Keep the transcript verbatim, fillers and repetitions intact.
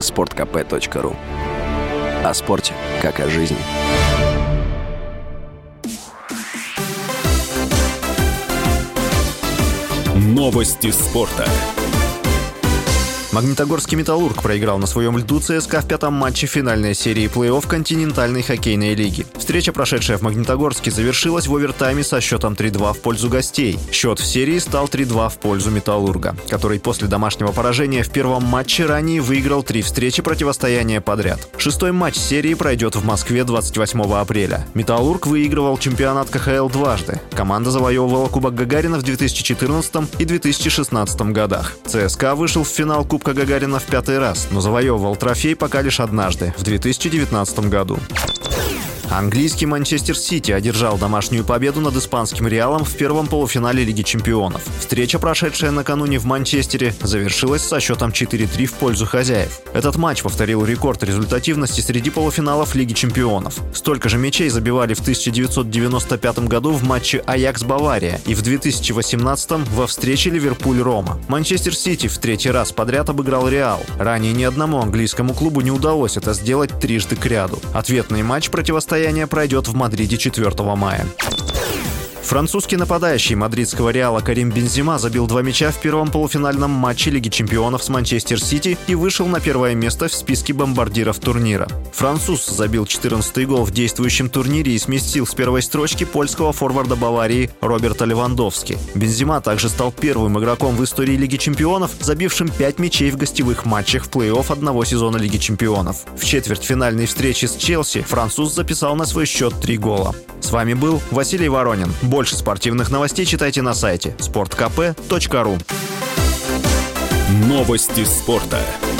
спорт ка пэ точка ру. О спорте, как о жизни. Новости спорта. Магнитогорский «Металлург» проиграл на своем льду ЦСКА в пятом матче финальной серии плей-офф континентальной хоккейной лиги. Встреча, прошедшая в Магнитогорске, завершилась в овертайме со счетом три-два в пользу гостей. Счет в серии стал три-два в пользу «Металлурга», который после домашнего поражения в первом матче ранее выиграл три встречи противостояния подряд. Шестой матч серии пройдет в Москве двадцать восьмого апреля. «Металлург» выигрывал чемпионат ка ха эл дважды. Команда завоевывала Кубок Гагарина в две тысячи четырнадцатом и две тысячи шестнадцатом годах. ЦСКА вышел в финал Кубка Гагарина в пятый раз, но завоевывал трофей пока лишь однажды, в две тысячи девятнадцатом году. Английский «Манчестер Сити» одержал домашнюю победу над испанским «Реалом» в первом полуфинале Лиги чемпионов. Встреча, прошедшая накануне в Манчестере, завершилась со счетом четыре-три в пользу хозяев. Этот матч повторил рекорд результативности среди полуфиналов Лиги чемпионов. Столько же мячей забивали в тысяча девятьсот девяносто пятом году в матче «Аякс-Бавария» и в две тысячи восемнадцатом во встрече Ливерпуль-Рома. «Манчестер Сити» в третий раз подряд обыграл «Реал». Ранее ни одному английскому клубу не удалось это сделать трижды кряду. Ответный матч противостояния пройдет в Мадриде четвёртого мая. Французский нападающий мадридского «Реала» Карим Бензема забил два мяча в первом полуфинальном матче Лиги чемпионов с Манчестер Сити и вышел на первое место в списке бомбардиров турнира. Француз забил четырнадцатый гол в действующем турнире и сместил с первой строчки польского форварда Баварии Роберта Левандовски. Бензема также стал первым игроком в истории Лиги чемпионов, забившим пять мячей в гостевых матчах в плей-офф одного сезона Лиги чемпионов. В четвертьфинальной встрече с Челси француз записал на свой счет три гола. С вами был Василий Воронин. Больше спортивных новостей читайте на сайте спорт ка пэ точка ру. Новости спорта.